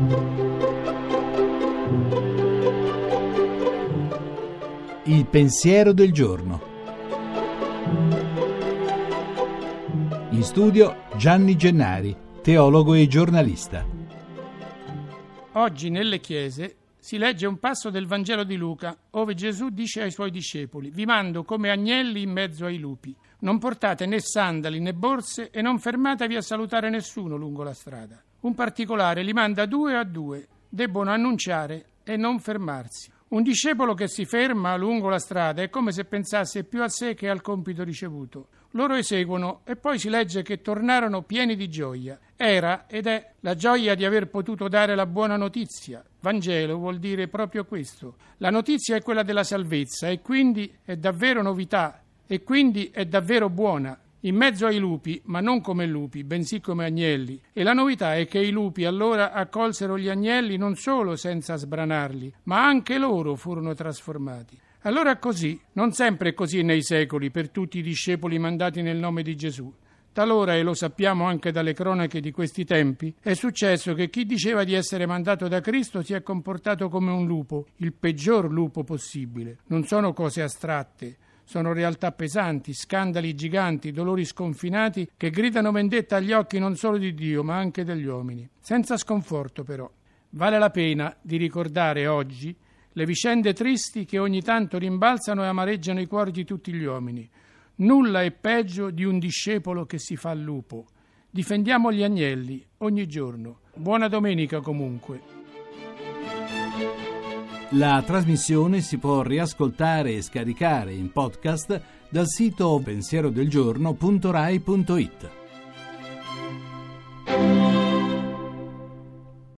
Il pensiero del giorno. In studio Gianni Gennari, teologo e giornalista. Oggi nelle chiese si legge un passo del Vangelo di Luca, ove Gesù dice ai suoi discepoli: «Vi mando come agnelli in mezzo ai lupi. Non portate né sandali né borse e non fermatevi a salutare nessuno lungo la strada». Un particolare li manda 2 a 2, debbono annunciare e non fermarsi. Un discepolo che si ferma lungo la strada è come se pensasse più a sé che al compito ricevuto. Loro eseguono e poi si legge che tornarono pieni di gioia. Era ed è la gioia di aver potuto dare la buona notizia. Vangelo vuol dire proprio questo. La notizia è quella della salvezza e quindi è davvero novità e quindi è davvero buona. In mezzo ai lupi, ma non come lupi, bensì come agnelli. E la novità è che i lupi allora accolsero gli agnelli non solo senza sbranarli, ma anche loro furono trasformati. Allora così, non sempre è così nei secoli per tutti i discepoli mandati nel nome di Gesù. Talora, e lo sappiamo anche dalle cronache di questi tempi, è successo che chi diceva di essere mandato da Cristo si è comportato come un lupo, il peggior lupo possibile. Non sono cose astratte. Sono realtà pesanti, scandali giganti, dolori sconfinati che gridano vendetta agli occhi non solo di Dio ma anche degli uomini. Senza sconforto però. Vale la pena di ricordare oggi le vicende tristi che ogni tanto rimbalzano e amareggiano i cuori di tutti gli uomini. Nulla è peggio di un discepolo che si fa lupo. Difendiamo gli agnelli ogni giorno. Buona domenica comunque. La trasmissione si può riascoltare e scaricare in podcast dal sito pensierodelgiorno.rai.it.